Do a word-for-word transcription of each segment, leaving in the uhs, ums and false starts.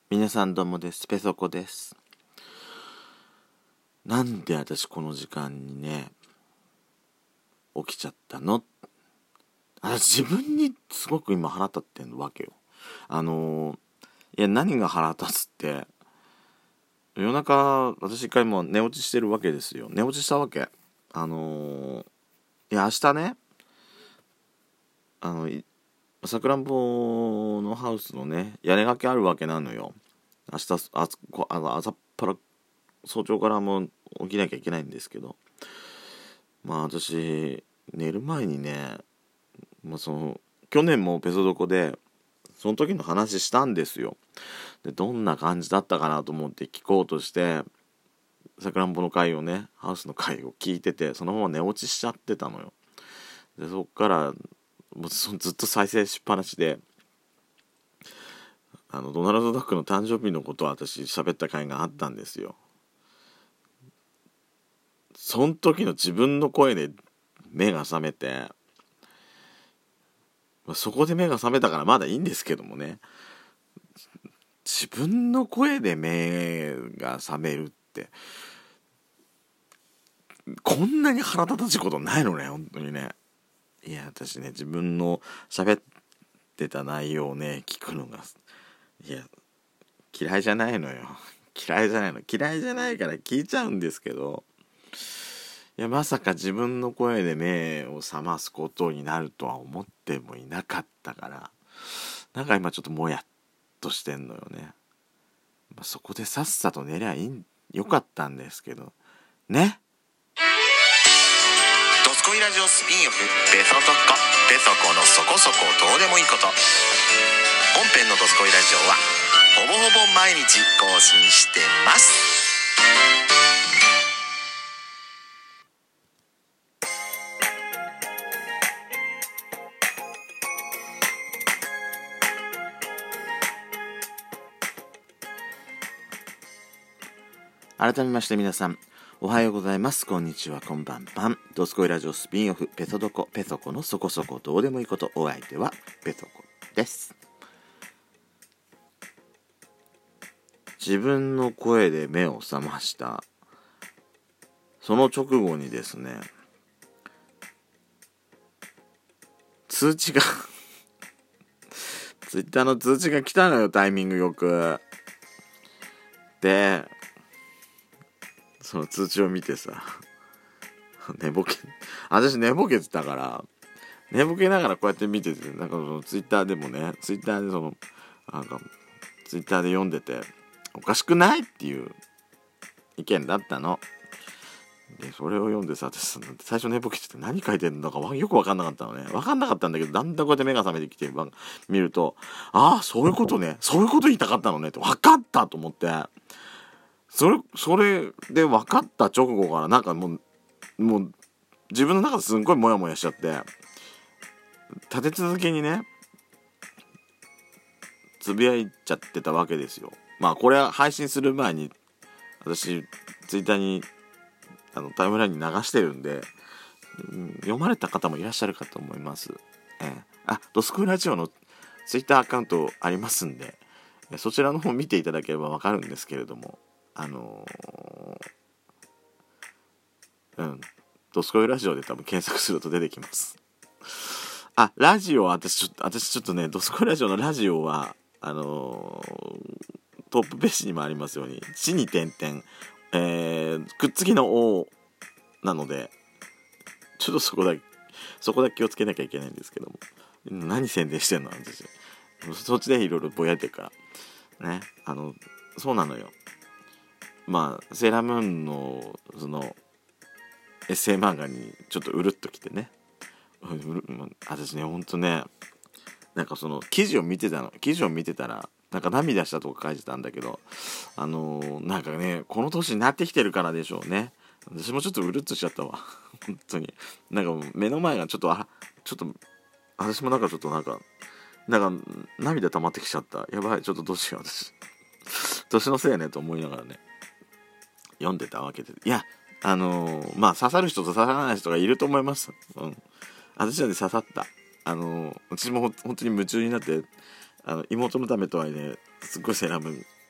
皆さんどうもです。ペソコです。なんで私この時間にね起きちゃったの？私自分にすごく今腹立ってんわけよ。あのー、いや何が腹立つって、夜中私一回もう寝落ちしてるわけですよ。寝落ちしたわけ。あのー、いや明日ね、あのさくらんぼのハウスのね屋根掛けあるわけなのよ。明日ああの朝っぱら早朝からもう起きなきゃいけないんですけど、まあ私寝る前にね、まあ、その去年もペソドコでその時の話したんですよ。でどんな感じだったかなと思って聞こうとしてさくらんぼの回をねハウスの回を聞いてて、そのまま寝落ちしちゃってたのよ。でそっからもうずっと再生しっぱなしで、あのドナルド・ダックの誕生日のことを私喋った回があったんですよ。その時の自分の声で目が覚めて、そこで目が覚めたからまだいいんですけどもね、自分の声で目が覚めるってこんなに腹立たしいことないのね、本当にね。いや私ね、自分の喋ってた内容をね聞くのがいや嫌いじゃないのよ。嫌いじゃないの嫌いじゃないから聞いちゃうんですけど、いやまさか自分の声で目を覚ますことになるとは思ってもいなかったから、なんか今ちょっともやっとしてんのよね。まあ、そこでさっさと寝りゃいいよかったんですけどね。 ドスコイラジオスピンオフペソドコペソコのそこそこどうでもいいこと。本編のドスコイラジオはほぼほぼ毎日更新してます。 改めまして皆さんおはようございます、こんにちは、こんばんばん。ドスコイラジオスピンオフペソドコペソコのそこそこどうでもいいこと。お相手はペソコです。自分の声で目を覚ましたその直後にですね、通知がツイッターの通知が来たのよ、タイミングよく。でその通知を見てさ、寝ぼけ私寝ぼけてたから寝ぼけながらこうやって見てて、なんかそのツイッターでもねツイッターでそのなんかツイッターで読んでて、おかしくないっていう意見だったので、それを読んでさ、私最初寝ぼけてて何書いてんのかよく分かんなかったのね。分かんなかったんだけど、だんだんこうやって目が覚めてきて見ると、ああそういうことね、そういうこと言いたかったのねって分かったと思って、それそれで分かった直後からなんかもうもう自分の中ですんごいモヤモヤしちゃって、立て続けにねつぶやいちゃってたわけですよ。まあこれは配信する前に私ツイッターにあのタイムラインに流してるんで、うん、読まれた方もいらっしゃるかと思います。えー、あドスコイラジオのツイッターアカウントありますんで、そちらの方見ていただければわかるんですけれども、あのー、うんドスコイラジオで多分検索すると出てきます。あラジオは私ちょっと私ちょっとねドスコイラジオのラジオはあのー、トップページにもありますように地に点々、えー、くっつきの O なので、ちょっとそこだけそこだけ気をつけなきゃいけないんですけども、何宣伝してんのなんですよ。そっちでいろいろぼやいてるからね。あのそうなのよ。まあセーラームーンのそのエッセイ漫画にちょっとうるっときてね、私ねほんとね、なんかその記事を見てたの記事を見てたらなんか涙したとか書いてたんだけど、あのー、なんかねこの年になってきてるからでしょうね。私もちょっとうるっとしちゃったわ本当に。なんか目の前がちょっとあちょっと私もなんかちょっとなんかなんか涙溜まってきちゃった。やばい、ちょっとどうしよう私年のせいやねと思いながらね読んでたわけで、いやあのー、まあ刺さる人と刺さらない人がいると思います。うん、私はね刺さった。あのー、私もほ本当に夢中になって、あの妹のためとはいえすっごいセーラームーン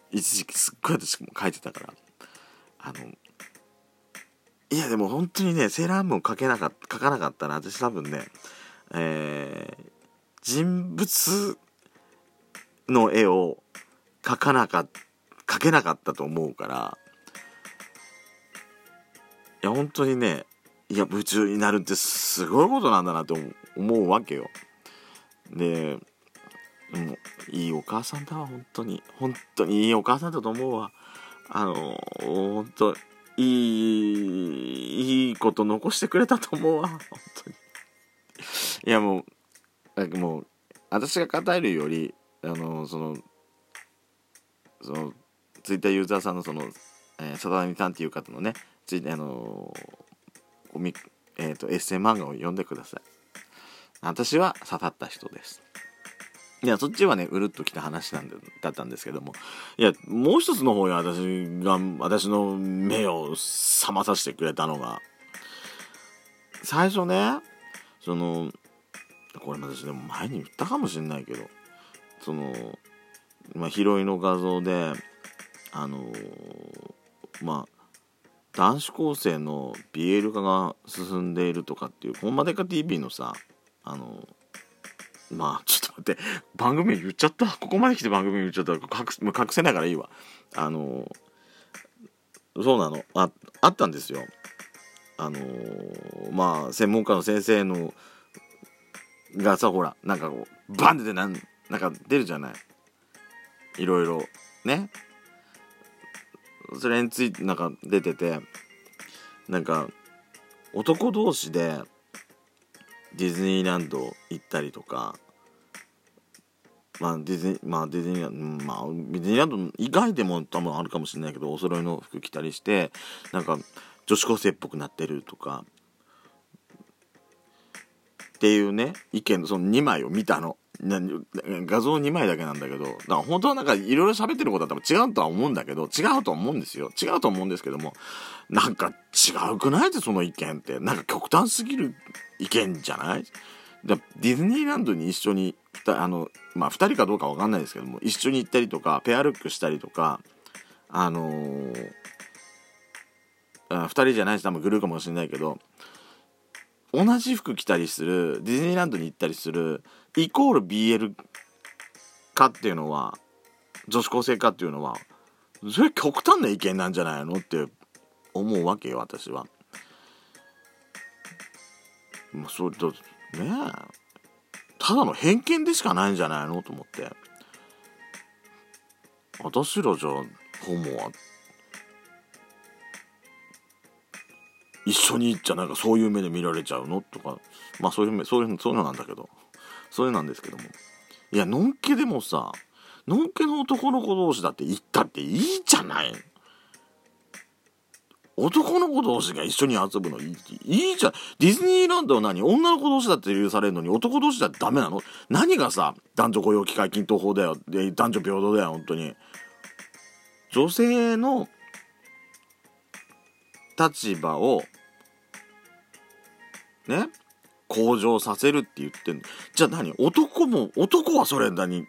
一時期すっごい私も書いてたから、あのいやでも本当にねセーラームーン描けなかった描かなかったら私多分ね、えー、人物の絵を描かなか描けなかったと思うから、いや本当にね、いや夢中になるってすごいことなんだなって思うわけよ。で、もういいお母さんだわ、本当に本当にいいお母さんだと思うわ。あの本当いいいいこと残してくれたと思うわ、本当に。いやもうなんかもう私が語るより、あのそのそのツイッターユーザーさんのその、えー、さだみさんっていう方のねツイあのコミえっ、ー、とエッセイ漫画を読んでください。私は刺さった人です。いやそっちはねうるっときた話なんでだったんですけども、いやもう一つの方に私が私の目を覚まさせてくれたのが、最初ねそのこれ私でも前に言ったかもしれないけど、そのまあ拾いの画像であのー、まあ男子高生の ビーエル 化が進んでいるとかっていうほんまでか ティービー のさ、あのーまあちょっと待って、番組言っちゃった、ここまで来て番組言っちゃった、隠す隠せないからいいわ。あのー、そうなの あ, あったんですよ。あのー、まあ専門家の先生のがさ、ほらなんかこうバンってなんなんか出るじゃない、いろいろね。それについてなんか出てて、なんか男同士でディズニーランド行ったりとか、まあディズニーまあディズニーランド、まあディズニーランド以外でも多分あるかもしれないけど、お揃いの服着たりしてなんか女子高生っぽくなってるとかっていうね意見のそのにまいを見たの。画像にまいだけなんだけど、だから本当はなんかいろいろ喋ってることは多分違うとは思うんだけど、違うと思うんですよ。違うと思うんですけども、なんか違うくないってその意見って、なんか極端すぎる意見じゃない？だディズニーランドに一緒にあのまあふたりかどうかわかんないですけども、一緒に行ったりとかペアルックしたりとか、あのー、あふたりじゃないし多分グルーかもしれないけど、同じ服着たりする、ディズニーランドに行ったりするイコール ビーエル 化っていうのは、女子高生化っていうのはそれ極端な意見なんじゃないのって思うわけよ、私は。まあそれとねえ、ただの偏見でしかないんじゃないのと思って、私らじゃホモは一緒にじゃなんかそういう目で見られちゃうのとか、まあそういう目そういうそういうのなんだけど、そういうなんですけども、いやのんけでもさ、のんけの男の子同士だって行ったっていいじゃない。男の子同士が一緒に遊ぶのいい、いいじゃん。ディズニーランドは何、女の子同士だって許されるのに男同士だってダメなの？何がさ男女雇用機会均等法だよ、で男女平等だよ。本当に女性の立場をね向上させるって言ってんの。じゃあ何、男も男はそれ何違う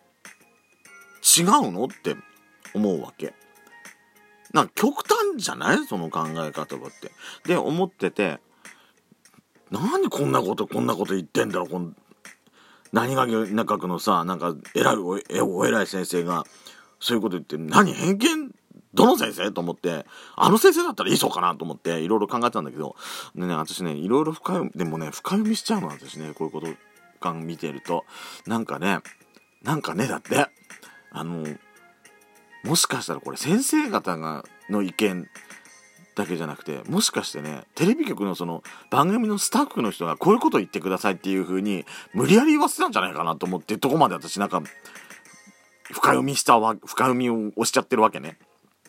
のって思うわけ。なんか極端じゃないその考え方はってで思ってて、何こんなことこんなこと言ってんだろ、こん何が中区のさなんか偉い お, お偉い先生がそういうこと言って、何偏見どの先生と思って、あの先生だったらいいそうかなと思っていろいろ考えてたんだけど、でね私ねいろいろ深読みでもね深読みしちゃうの私ね、こういうこと感見てるとなんかねなんかねだってあのもしかしたらこれ先生方がの意見だけじゃなくて、もしかしてねテレビ局のその番組のスタッフの人がこういうことを言ってくださいっていう風に無理やり言わせたんじゃないかなと思って、とこまで私なんか深読みしたわ深読みを押しちゃってるわけね。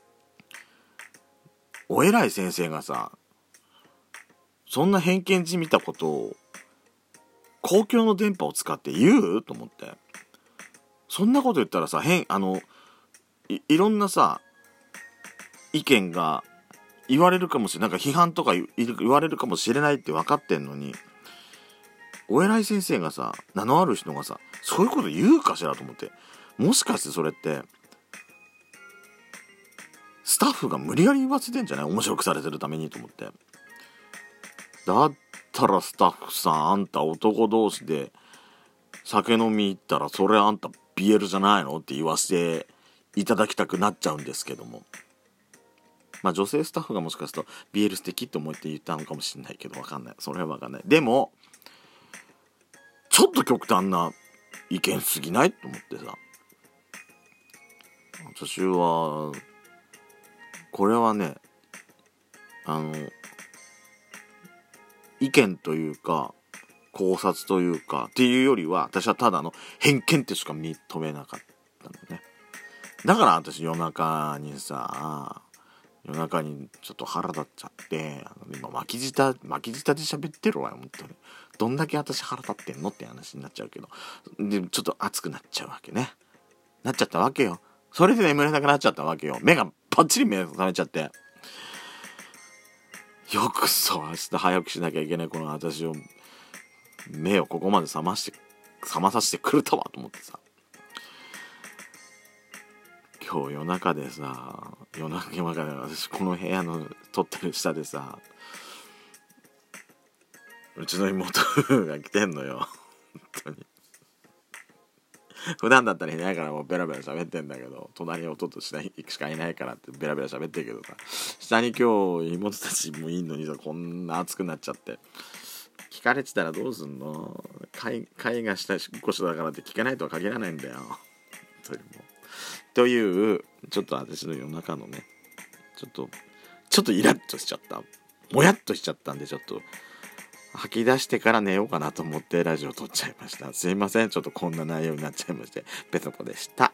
お偉い先生がさそんな偏見じみたことを公共の電波を使って言うと思って、そんなこと言ったらさ変あの い, いろんなさ意見が言われるかもしれない、なんか批判とか 言, 言われるかもしれないって分かってんのに、お偉い先生がさ名のある人がさそういうこと言うかしらと思って、もしかしてそれってスタッフが無理やり言わせてんじゃない、面白くされてるためにと思って。だったらスタッフさん、あんた男同士で酒飲み行ったらそれあんた ビーエル じゃないのって言わせていただきたくなっちゃうんですけども、まあ女性スタッフがもしかすると ビーエル 素敵って思って言ったのかもしれないけど、わかんない、それはわかんない。でもちょっと極端な意見すぎないと思ってさ、私はこれはね、あの意見というか考察というかっていうよりは、私はただの偏見ってしか認めなかったのね。だから私夜中にさ、夜中にちょっと腹立っちゃって、あの今巻き舌巻き舌で喋ってるわよ本当に。どんだけ私腹立ってんのって話になっちゃうけど、でちょっと熱くなっちゃうわけね。なっちゃったわけよ。それで眠れなくなっちゃったわけよ。目がパッチリ目が覚めちゃって、よくそう明日早くしなきゃいけないこの私を、目をここまで覚まして覚まさせてくるとはと思ってさ、今日夜中でさ、夜中夜中で私この部屋の撮ってる下でさ、うちの妹が来てんのよ本当に。普段だったらいないからもうベラベラ喋ってんだけど、隣に弟しかいないからってベラベラ喋ってるけどさ、下に今日妹たちもいいのにさ、こんな熱くなっちゃって、聞かれてたらどうすんの。会がしたいごしだからって聞けないとは限らないんだよという、というちょっと私の夜中のね、ちょっとちょっとイラッとしちゃった、もやっとしちゃったんで、ちょっと吐き出してから寝ようかなと思ってラジオ撮っちゃいました。すいません、ちょっとこんな内容になっちゃいまして、ペソコでした。